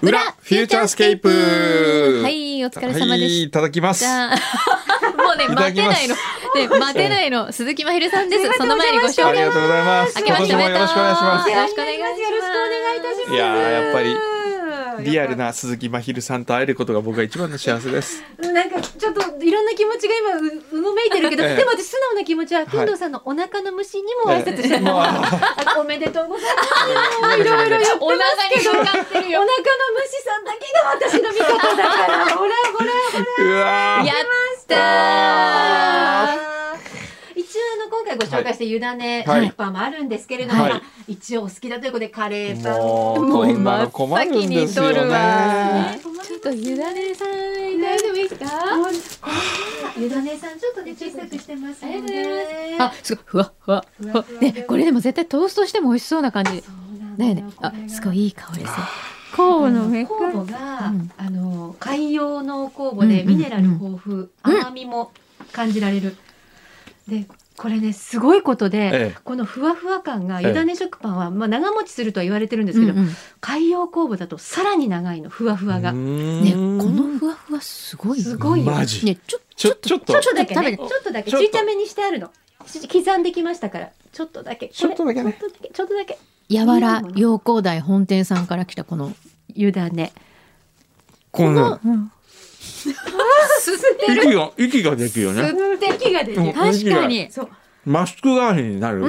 裏フューチャースケープ。 はい、お疲れ様でした。 いただきます。 もうね、待てないの。ね、待てないの。鈴木まひるさんです。その前にご紹介。 ありがとうございます。 明けましておめでとう。 今年もよろしくお願いします。 よろしくお願いします。 よろしくお願いいたします。 いやー、やっぱりリアルな鈴木まひるさんと会えることが僕が一番の幸せです。 なんかちょっといろんな気持ちが今うごめいてるけど、でも私素直な気持ちは工藤さんのお腹の虫にも挨拶したの。おめでとうございます。いろいろ言ってますけど、 お腹にかかってるよ。 お腹の虫さんだけが私の味方だから。ほらほらほら。 うわー。 やったー。 一応今回ご紹介して湯種パンもあるんですけれども、一応お好きだということでカレーパンもう今の困るんですよね。 ちょっと湯種さん大丈夫ですか？ 湯種さんちょっとね小さくしてますので、 あ、すごいふわふわ。ね、これでも絶対トーストしても美味しそうな感じだよね。あ、すごいいい香りです。酵母の酵母が海洋の酵母でミネラル豊富、甘みも感じられる。でこれねすごいことで、このふわふわ感が湯種食パンは、長持ちするとは言われてるんですけど、海洋酵母だとさらに長いのふわふわが。 ね、このふわふわすごい。 すごいよ。 マジ。 ね、ちょっとだけね、ちょっとだけちいちゃめにしてあるの。刻んできましたからちょっとだけ。 ちょっとだけね。 ちょっとだけ。 やわら陽光台本店さんから来たこの湯種。 この吸ってる。 息ができるよね。 吸って息ができる。 確かに。 マスク代わりになる。 不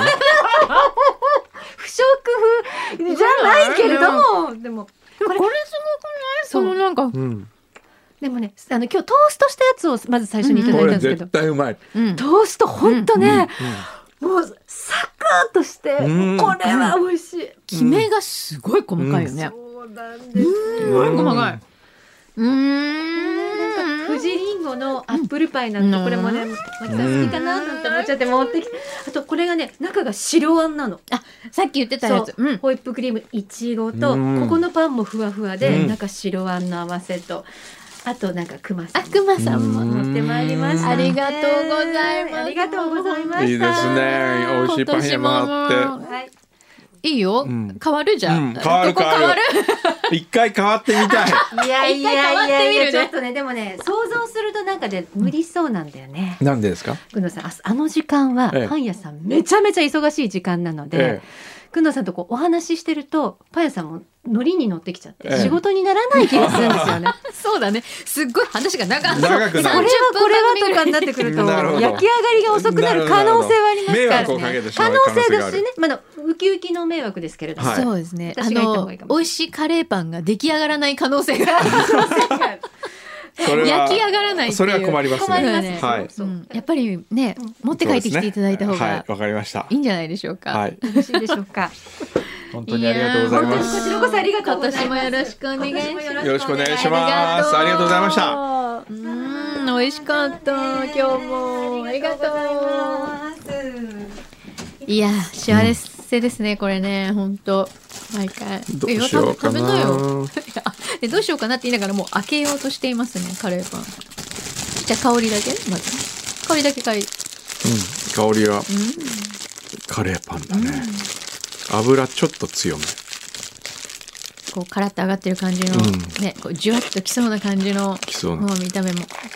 織布じゃないけれども、でもこれすごくない？そのなんか。 でもね、今日トーストしたやつをまず最初にいただいたんですけど、 絶対うまい。 トースト本当ね、もうサクッとして、これは美味しい。 きめがすごい細かいよね。 そうなんです。 すごい細かい。 富士リンゴのアップルパイなんて、これもね、マキさん好きかななんて思っちゃって持ってきて、あとこれがね、中が白あんなの。 あ、さっき言ってたやつ。 ホイップクリームいちごと、ここのパンもふわふわで、中白あんの合わせと。あとなんかクマさん。 クマさんも持ってまいりました。 ありがとうございます。 ありがとうございました。 いいですね。美味しいパン屋もあって。 いいよ。変わるじゃん。 変わる。一回変わってみたい。 いやいやいやいや、ちょっとね、でもね、想像するとなんかで無理そうなんだよね。 なんでですか？ 工藤さん、あの時間はパン屋さんめちゃめちゃ忙しい時間なので、工藤さんとお話ししてるとパン屋さんもノリに乗ってきちゃって仕事にならない気がするんですよね。 そうだね。すっごい話が長くなる。 これはとかになってくると焼き上がりが遅くなる可能性はありますから。 迷惑をかけてしまう可能性だしね。ウキウキの迷惑ですけれども。 そうですね。美味しいカレーパンが出来上がらない可能性がある。焼き上がらないっていう。 それは困りますね。 はい。 やっぱりね、持って帰ってきていただいた方がわかりました。 いいんじゃないでしょうか。 よろしいでしょうか。 本当にありがとうございます。 こちらこそありがとうございます。 今年もよろしくお願いします。 よろしくお願いします。ありがとうございました。 美味しかった。今日もありがとう。いや、幸せですね、これね、本当毎回。 どうしようかな。 どうしようかなって言いながらもう開けようとしていますね、カレーパン。じゃあ香りだけまず。香りだけ香りはカレーパンだね。油ちょっと強め。 こうカラッと上がってる感じのね、こうじゅわっときそうな感じのもう見た目も。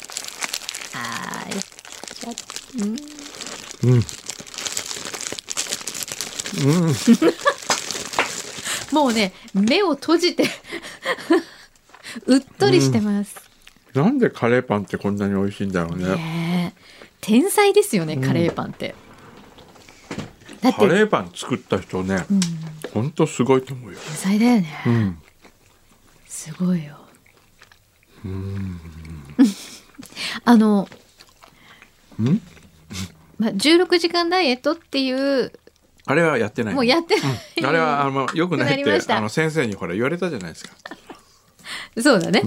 もうね、目を閉じてうっとりしてます。 なんでカレーパンってこんなに美味しいんだろうね。 天才ですよね、カレーパンって。 だってカレーパン作った人ね、本当すごいと思うよ。 天才だよね。すごいよ。16時間ダイエットっていうあれはやってない。 もうやってない。 あれはよくないって先生にほら言われたじゃないですか。 そうだね。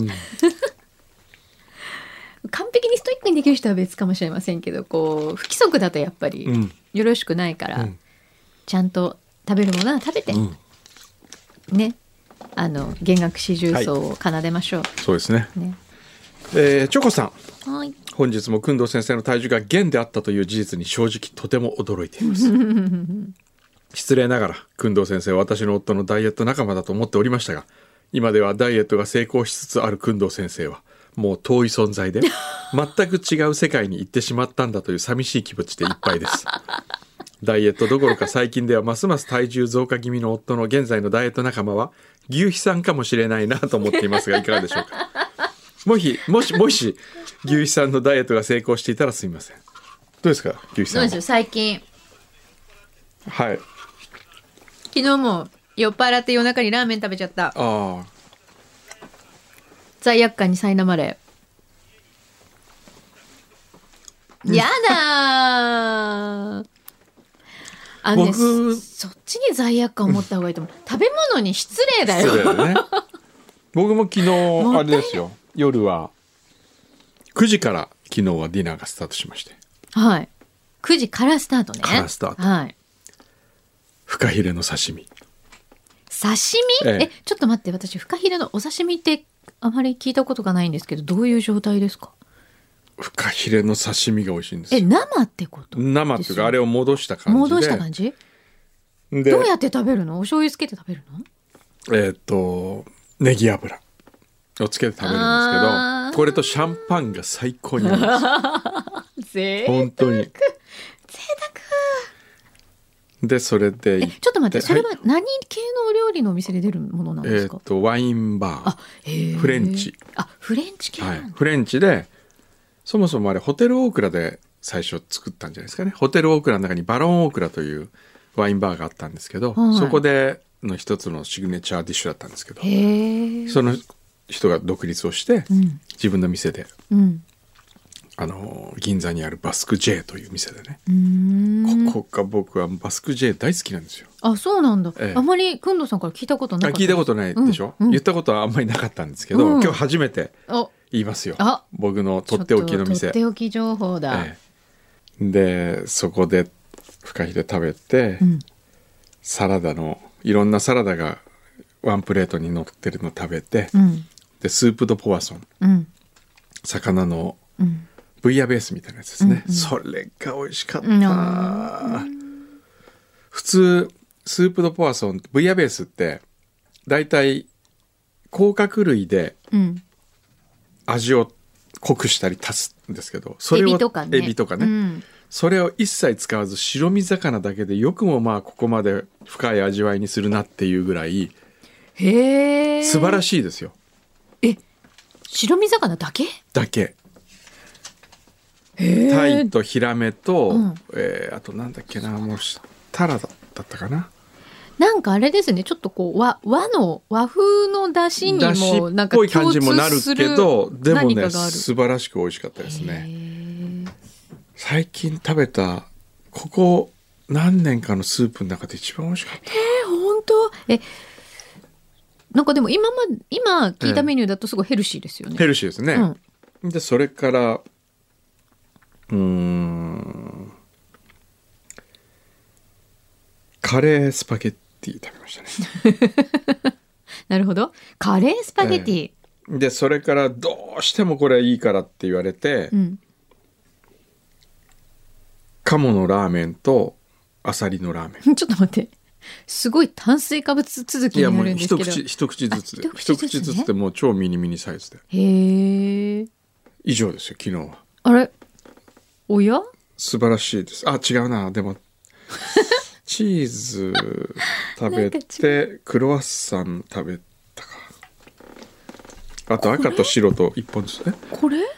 完璧にストイックにできる人は別かもしれませんけど、こう不規則だとやっぱりよろしくないから、ちゃんと食べるものは食べて、ね、減額脂重層を奏でましょう。 そうですね。チョコさん。 はい。 本日も工藤先生の体重が減であったという事実に正直とても驚いています。失礼ながら工藤先生は私の夫のダイエット仲間だと思っておりましたが、 今ではダイエットが成功しつつある工藤先生はもう遠い存在で全く違う世界に行ってしまったんだという寂しい気持ちでいっぱいですダイエットどころか最近ではますます体重増加気味の夫の現在のダイエット仲間は牛肥さんかもしれないなと思っていますがいかがでしょうかもし牛肥さんのダイエットが成功していたらすみません。どうですか牛肥さんは。 そうですよ最近。 はい昨日も酔っ払って夜中にラーメン食べちゃった。 ああ罪悪感に苛まれ。やだ僕そっちに罪悪感を持った方がいいと思う食べ物に失礼だよ。 失礼だね僕も昨日あれですよ夜は9時から昨日はディナーがスタートしまして。 はい9時からスタートね。 からスタート、 はい、 フカヒレの刺身。 刺身、ちょっと待って私フカヒレのお刺身ってあまり聞いたことがないんですけどどういう状態ですか。 フカヒレの刺身が美味しいんですよ。 生ってこと生っていうかあれを戻した感じで。 戻した感じでどうやって食べるの。お醤油つけて食べるの。ネギ油をつけて食べるんですけどこれとシャンパンが最高に合います本当に贅沢でそれでちょっと待ってそれは何系のお料理のお店で出るものなんですか。 ワインバーフレンチ。 フレンチ系なんだ。 フレンチでそもそもあれホテルオークラで最初作ったんじゃないですかね。ホテルオークラの中にバロンオークラというワインバーがあったんですけど、そこでの一つのシグネチャーディッシュだったんですけどその人が独立をして、自分の店で、銀座にあるバスク J という店でねここが僕はバスク J 大好きなんですよ。 あそうなんだ、あまり工藤さんから聞いたことなかった。 聞いたことないでしょ、言ったことはあんまりなかったんですけど、今日初めて言いますよ。僕のとっておきの店。 とっておき情報だ、 でそこでフカヒレ食べて、サラダのいろんなサラダがワンプレートに乗ってるの食べて、でスープ・ド・ポワソン、魚のブイヤベースみたいなやつですね、それが美味しかった、普通スープ・ド・ポワソンブイヤベースってだいたい甲殻類で味を濃くしたり足すんですけど、それをエビとかね、それを一切使わず白身魚だけでよくもまあここまで深い味わいにするなっていうぐらい素晴らしいですよ。 白身魚だけタイとヒラメと、あとなんだっけなもうタラだったかな。 なんかあれですねちょっとこう和風の出汁にもなんか共通する何かがある。っぽい感じもなるけどでもね素晴らしく美味しかったですね。最近食べたここ何年かのスープの中で一番美味しかった。 本当なんかでも今聞いたメニューだとすごいヘルシーですよね。 ヘルシーですね、でそれからカレースパゲッティ食べましたねなるほどカレースパゲッティ、 でそれからどうしてもこれいいからって言われて、鴨のラーメンとアサリのラーメンちょっと待ってすごい炭水化物続きになるんですけど。 いやもう一口ずつで一口ずつでもう超ミニミニサイズで。以上ですよ昨日は。 あれおや素晴らしいです。違うなでもチーズ食べてクロワッサン食べたか。あと赤と白と一本ですね。これ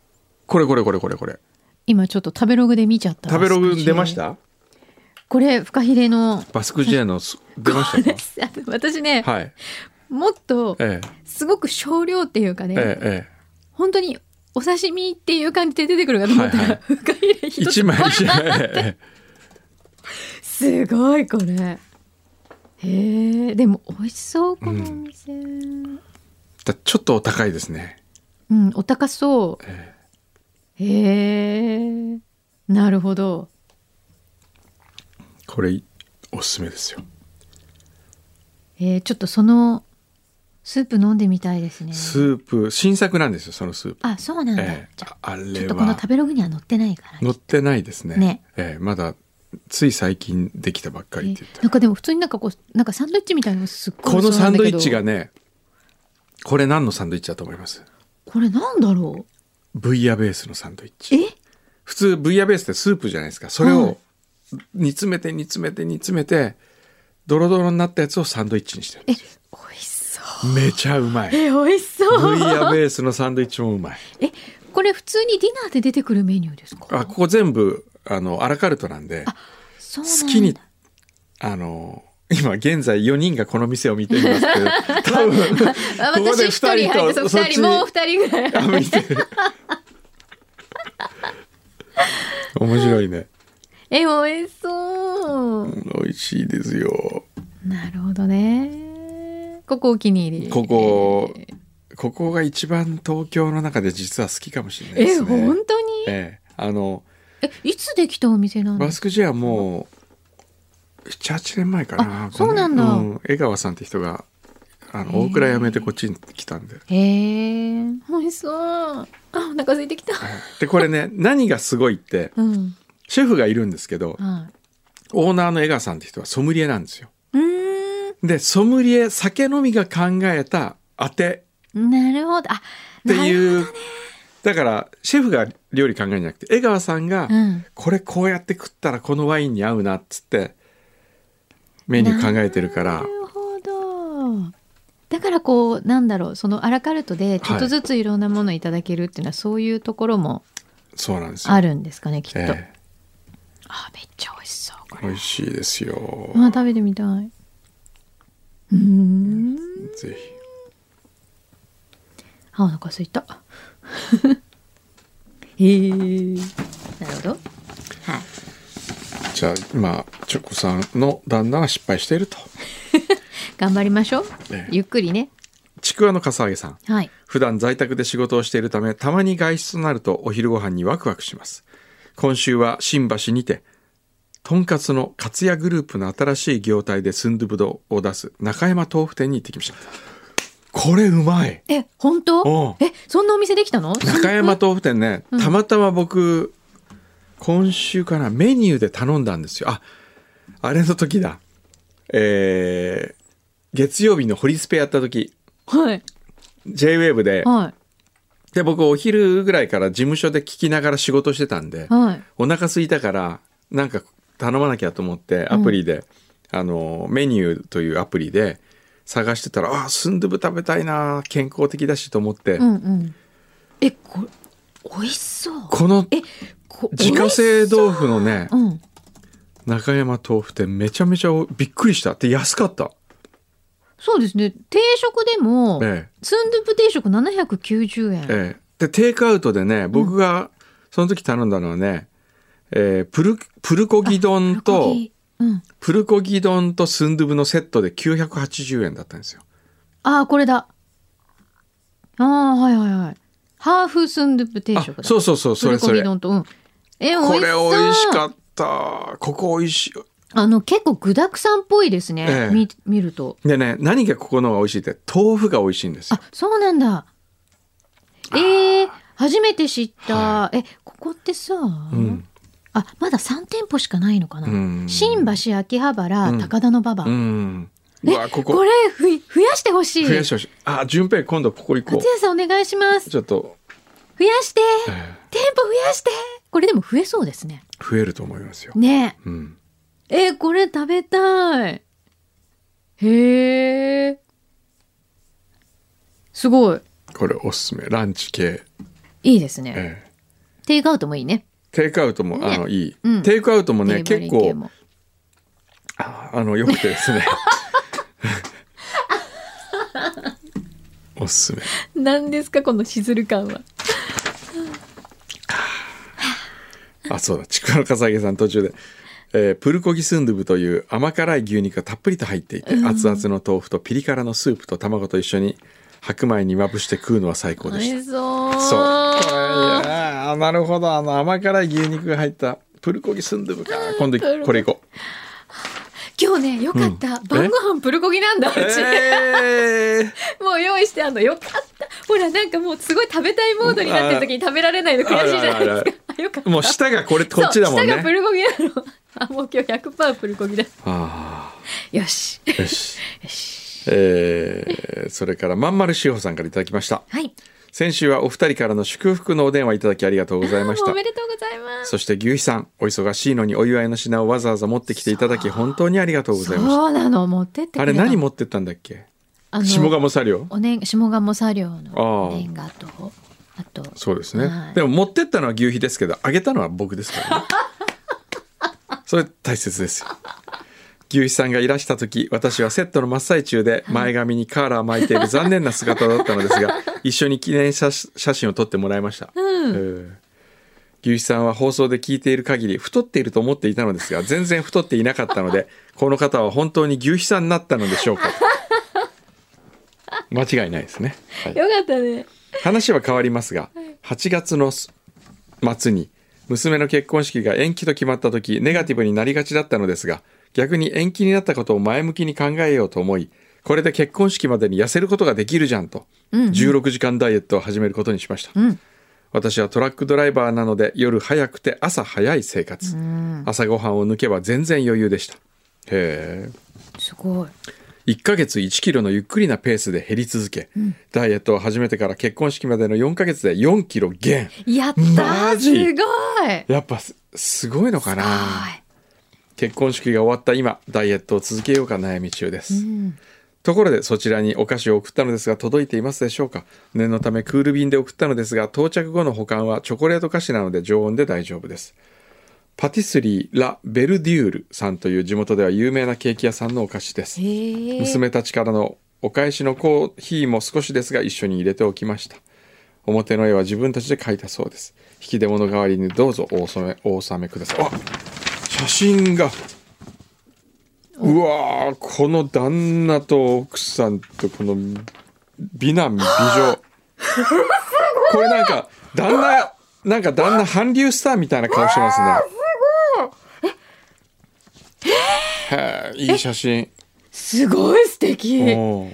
今ちょっと食べログで見ちゃった。 食べログ出ました。 これフカヒレのバスク J の出ましたか。 私ね、もっとすごく少量っていうかね、本当にお刺身っていう感じで出てくるかと思ったら、フカヒレ一枚すごいこれ。でも美味しそうこのお店、 ちょっとお高いですね。 お高そう。なるほど。 これおすすめですよ。 ちょっとそのスープ飲んでみたいですね。 スープ新作なんですよそのスープ。 そうなんだ。 じゃあれはちょっとこの食べログには載ってないから、 載ってないですね。まだつい最近できたばっかりって言った。 なんかでも普通になんかこうなんかサンドイッチみたいなのすっごいこのサンドイッチがねこれ何のサンドイッチだと思います？ これなんだろう？ブイヤベースのサンドイッチ。 え？ 普通ブイヤベースってスープじゃないですか。それを煮詰めて煮詰めて煮詰めてドロドロになったやつをサンドイッチにしてるんですよ。 美味しそう。 めちゃうまい。 美味しそう。 ブイヤベースのサンドイッチもうまい。 これ普通にディナーで出てくるメニューですか？ ここ全部アラカルトなんで、 そうなんだ。 好きに今現在4人がこの店を見ていますけど、多分ここで2人とそっちにもう2人ぐらい見てる。面白いね。 美味しそう。 美味しいですよ。 なるほどね。ここお気に入り。 ここが一番東京の中で実は好きかもしれないですね。 本当に？いつできたお店なんですか？ バスクジェはもう 7,8 年前かな。 そうなんだ。 江川さんって人が大倉辞めてこっちに来たんで。 へえ、美味しそう。お腹空いてきた。 でこれね何がすごいって、シェフがいるんですけど、オーナーの江川さんって人はソムリエなんですよ。でソムリエ酒飲みが考えたあて。 なるほど。 っていう。だからシェフが料理考えるんじゃなくて江川さんが、これこうやって食ったらこのワインに合うなっつってメニュー考えてるから。 なるほど。だからなんだろう、そのアラカルトでちょっとずついろんなものをいただけるっていうのは、そういうところもそうなんですよ。 あるんですかね、きっと。めっちゃ美味しそう。これ美味しいですよ。 食べてみたい。ぜひ。 お腹空いた。なるほど。はい。 じゃあ今チョコさんの旦那は失敗していると。 頑張りましょう。ゆっくりね。 ちくわのかさあげさん、 はい、 普段在宅で仕事をしているためたまに外出となるとお昼ご飯にワクワクします。今週は新橋にてとんかつのかつやグループの新しい業態でスンドゥブドを出す中山豆腐店に行ってきました。これうまい。 本当？そんなお店できたの？ 中山豆腐店ね、たまたま僕今週かなメニューで頼んだんですよ。あれの時だ。月曜日のホリスペやった時、J-WAVE で、で僕お昼ぐらいから事務所で聞きながら仕事してたんで、お腹空いたからなんか頼まなきゃと思ってアプリで、メニューというアプリで探してたらスンドゥブ食べたいな健康的だしと思って、 これ美味しそう。 この自家製豆腐のね、中山豆腐店めちゃめちゃびっくりしたって安かった。 そうですね。定食でも、スンドゥブ定食790円、 でテイクアウトでね僕がその時頼んだのはね、プルコギ丼とプルコギ丼とスンドゥブのセットで980円だったんですよ。 これだ。はいはいはい。ハーフスンドゥブ定食だ。 そうそれプルコギ丼と、これ美味しかった。ここ美味しい。 結構具沢山っぽいですね、見ると。 でね、何がここのが美味しいって豆腐が美味しいんですよ。 そうなんだ。初めて知った。ここってさ、まだ3店舗しかないのかな。新橋、秋葉原、高田馬場。これ増やしてほしい。 増やしてほしい。順平今度ここ行こう。 松屋さんお願いします。 ちょっと増やして、店舗増やして。これでも増えそうですね。 増えると思いますよ。 ね。これ食べたい。へえ。すごい。 これおすすめ。ランチ系。 いいですね。テイクアウトもいいね。 テイクアウトもいい。テイクアウトもね結構良くてですね。おすすめ。 何ですかこのしずる感は。 そうだ。ちくわのかさげさん途中で。プルコギスンドゥブという甘辛い牛肉がたっぷりと入っていて、熱々の豆腐とピリ辛のスープと卵と一緒に白米にまぶして食うのは最高でした。 そうなるほど。甘辛い牛肉が入ったプルコギスンドゥブか。今度これ行こう。 今日ねよかった、晩ご飯プルコギなんだうち、もう用意してよかった。ほらなんかもうすごい食べたいモードになってる時に食べられないの悔しいじゃないですか。よかった。 もう舌がこっちだもんね。 舌がプルコギなの。もう今日 100% プルコギだ。よしよしよし。 それからまんまるしほさんからいただきました。 はい。 先週はお二人からの祝福のお電話いただきありがとうございました。 おめでとうございます。 そして牛肥さん、お忙しいのにお祝いの品をわざわざ持ってきていただき本当にありがとうございました。 そうなの、持ってってくれた。 あれ何持ってったんだっけ？下鴨茶寮。 下鴨茶寮の年賀と、あとそうですね、 はい、 でも持ってったのは牛肥ですけど、あげたのは僕ですからね。それ大切ですよ。牛肥さんがいらした時、私はセットの真っ最中で前髪にカーラー巻いている残念な姿だったのですが、一緒に記念写真を撮ってもらいました。牛肥さんは放送で聞いている限り太っていると思っていたのですが、全然太っていなかったので、この方は本当に牛肥さんになったのでしょうか。間違いないですね、はい、 よかったね。 話は変わりますが、8月の末に娘の結婚式が延期と決まった時、ネガティブになりがちだったのですが、逆に延期になったことを前向きに考えようと思い、これで結婚式までに痩せることができるじゃんと、16時間ダイエットを始めることにしました。私はトラックドライバーなので、夜早くて朝早い生活、朝ごはんを抜けば全然余裕でした。へー、 すごい。 1ヶ月1キロのゆっくりなペースで減り続け、ダイエットを始めてから結婚式までの4ヶ月で4キロ減。 やったー、 マジすごい。 やっぱすごいのかな。結婚式が終わった今、ダイエットを続けようか悩み中です、ところでそちらにお菓子を送ったのですが、届いていますでしょうか。念のためクール便で送ったのですが、到着後の保管はチョコレート菓子なので常温で大丈夫です。パティスリー・ラ・ベルデュールさんという地元では有名なケーキ屋さんのお菓子です。娘たちからのお返しのコーヒーも少しですが一緒に入れておきました。表の絵は自分たちで描いたそうです。引き出物代わりにどうぞお納めください。あ、写真が、うわー、この旦那と奥さんとこの美男美女これなんか旦那韓流スターみたいな顔してますね。へー、いい写真。 すごい素敵。ちょ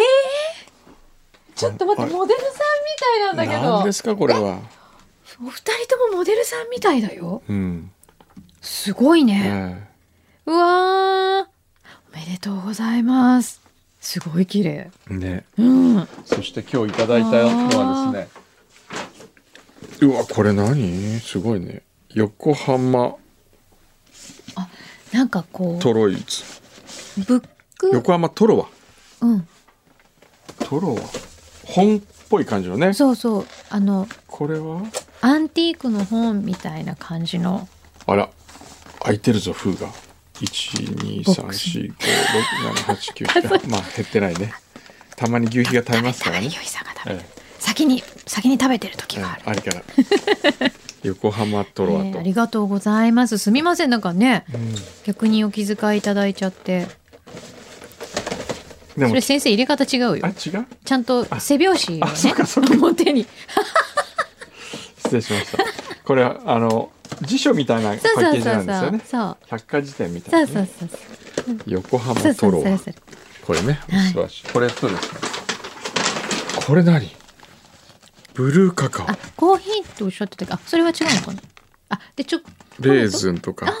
っと待って、モデルさんみたいなんだけど。 何ですかこれは。 お二人ともモデルさんみたいだよ。すごいね。うわー、おめでとうございます。すごい綺麗ね。そして今日いただいたのはですね、うわ、これ何、すごいね。横浜、 あ、なんかこうトロイズブック、 横浜トロワ、トロワ本っぽい感じのね。 そうそう、 これはアンティークの本みたいな感じの。 あら、開いてるぞ封が。123456789まあ減ってないね。たまに牛皮が食べますからね。 牛皮さんが食べて、先に食べてる時がある。 あれから横浜トロワと、 ありがとうございます。すみません、なんかね、逆にお気遣いいただいちゃって。でもそれ先生入れ方違うよ。 あ、違う。 ちゃんと背拍子をね、表に。 失礼しました。これは辞書みたいなパッケージなんですよね。そう百科事典みたいな、ね。そう横浜トロワ。これね、素晴らしい。これとですね。これ何？ブルーカカオ。 あ、コーヒーっておっしゃってたけど、それは違うのかな。あ、でレーズンとか。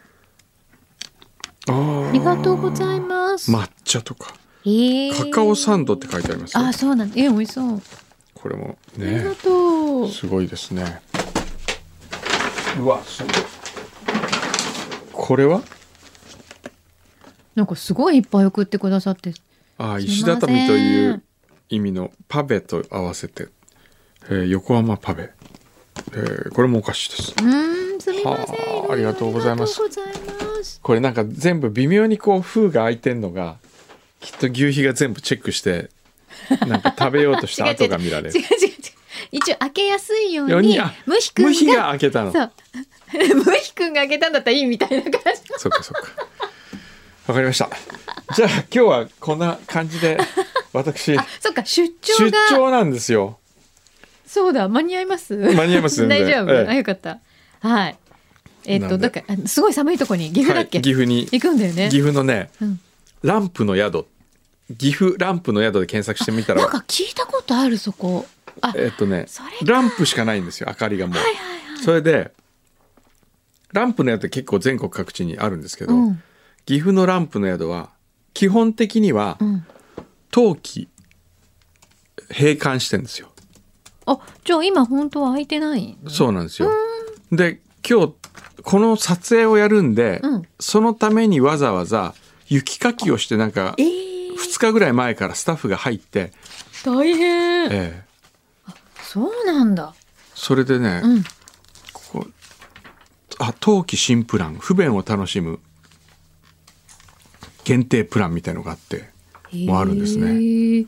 ありがとうございます。 抹茶とか。カカオサンドって書いてありますよ。 あ、そうなんだ。美味しそう。 これもね。 ありがとう。 すごいですね。うわ、すごい。これは？ なんかすごいいっぱい送ってくださって。 あ、石畳という意味のパベと合わせて、横浜パベ、これもお菓子です。 すみません。 ありがとうございます。これなんか全部微妙にこう封が開いてんのが、きっと牛皮が全部チェックしてなんか食べようとした跡が見られる。 違う一応開けやすいようにムヒ君が開けたの。そうムヒ君が開けたんだったらいいみたいな感じ。 そっかわかりました。じゃあ今日はこんな感じで私そっか、出張なんですよ。 そうだ、間に合います。 間に合います大丈夫、あ、よかった。はい。だからすごい寒いとこに岐阜だっけ、 岐阜に行くんだよね。 岐阜のね、ランプの宿、岐阜ランプの宿で検索してみたら、 なんか聞いたことある、そこ。 ランプしかないんですよ、明かりがもう。それでランプの宿って結構全国各地にあるんですけど、岐阜のランプの宿は基本的には、 冬季閉館してんですよ。 あ、じゃあ今本当は空いてない、ね、 そうなんですよ。で今日この撮影をやるんで、そのためにわざわざ雪かきをしてなんか2日ぐらい前からスタッフが入って大変、あ、そうなんだ。 それでね、ここ冬季新プラン不便を楽しむ限定プランみたいのがあってもあるんですね。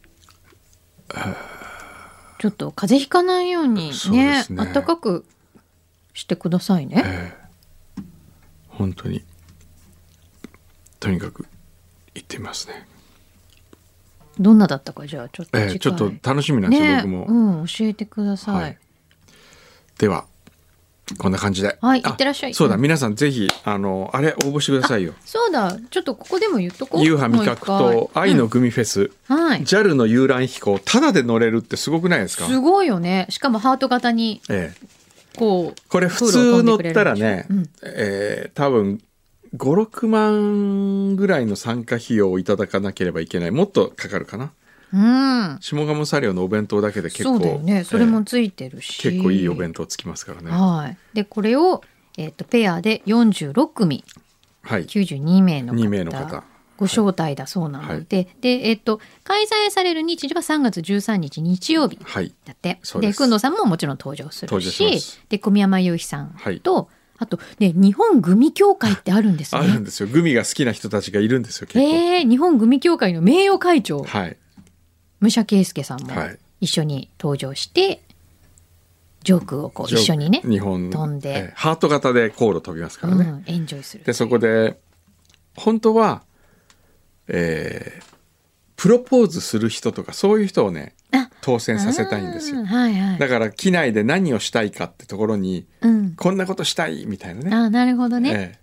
ちょっと風邪ひかないように ね、暖かくしてくださいね。 本当にとにかく行ってみますね。 どんなだったかじゃあちょっと次回、 ちょっと楽しみなんですよ、僕も、 教えてください。 ではこんな感じで、 いってらっしゃい。 そうだ、皆さんぜひあれ応募してくださいよ。 そうだ、ちょっとここでも言っとこう。 ユーハ味覚と愛のグミフェス、JAL の遊覧飛行タダで乗れるってすごくないですか？ すごいよね。しかもハート型に、これ普通乗ったらね、多分5、6万ぐらいの参加費用をいただかなければいけない。もっとかかるかな。下鴨サリオのお弁当だけで結構、 そうだよね、それもついてるし、 結構いいお弁当つきますからね。 でこれを、ペアで46組、92名の方ご招待だそうなので、で、開催される日時は3月13日日曜日だって、で工藤さんももちろん登場するし、で小宮山雄飛さんと、あとね、日本グミ協会ってあるんですね。 あるんですよ。グミが好きな人たちがいるんですよ。結構。 日本グミ協会の名誉会長、武者圭介さんも一緒に登場して、ジョークをこう一緒にね、 日本飛んで、 ハート型で航路飛びますからね。 エンジョイする。 でそこで本当は、プロポーズする人とかそういう人をね当選させたいんですよ。だから機内で何をしたいかってところに、こんなことしたいみたいなね。 なるほどね。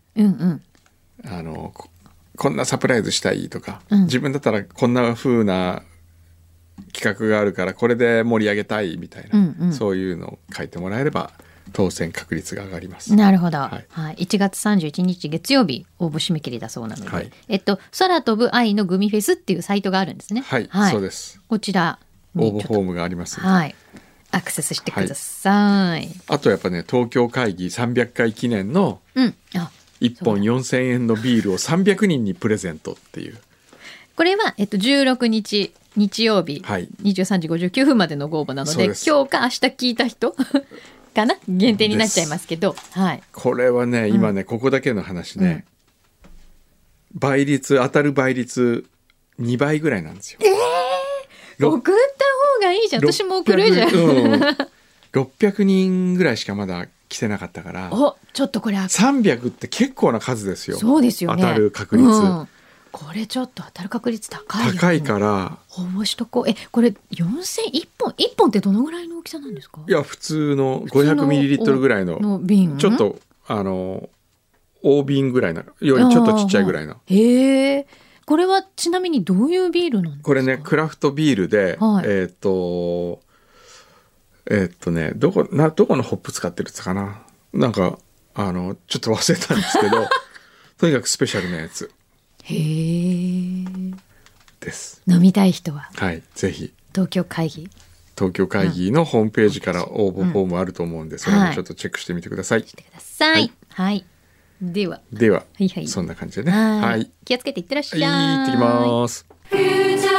こんなサプライズしたいとか、自分だったらこんな風な企画があるからこれで盛り上げたいみたいな、そういうのを書いてもらえれば当選確率が上がります。 なるほど。1月31日月曜日応募締め切りだそうなので、空飛ぶ愛のグミフェスっていうサイトがあるんですね。 そうです。 こちら応募フォームがありますので、 アクセスしてください。 あとやっぱね、東京会議300回記念の1本4000円のビールを300人にプレゼントっていう。 これは、16日日曜日、23時59分までのご応募なので、今日か明日聞いた人かな限定になっちゃいますけど、 これはね、今ね、ここだけの話ね、倍率、当たる倍率2倍ぐらいなんですよ。 送った方がいいじゃん。私も送るじゃん。 600人ぐらいしかまだ来てなかったから、 ちょっとこれ 300って結構な数ですよ。 そうですよね。 当たる確率、 これちょっと当たる確率高いよ。 高いから応募しとこう。これ4000、1本ってどのぐらいの大きさなんですか？ いや、普通の500ミリリットルぐらいの瓶、ちょっと大瓶ぐらいのよりちょっとちっちゃいぐらいの。 これはちなみにどういうビールなんですか？ これね、クラフトビールで、どこのホップ使ってるかな、なんかちょっと忘れたんですけどとにかくスペシャルなやつです。 飲みたい人はぜひ東京会議のホームページから応募フォームあると思うんで、それもちょっとチェックしてみてください。では、そんな感じでね。 気をつけていってらっしゃい。 行ってきます。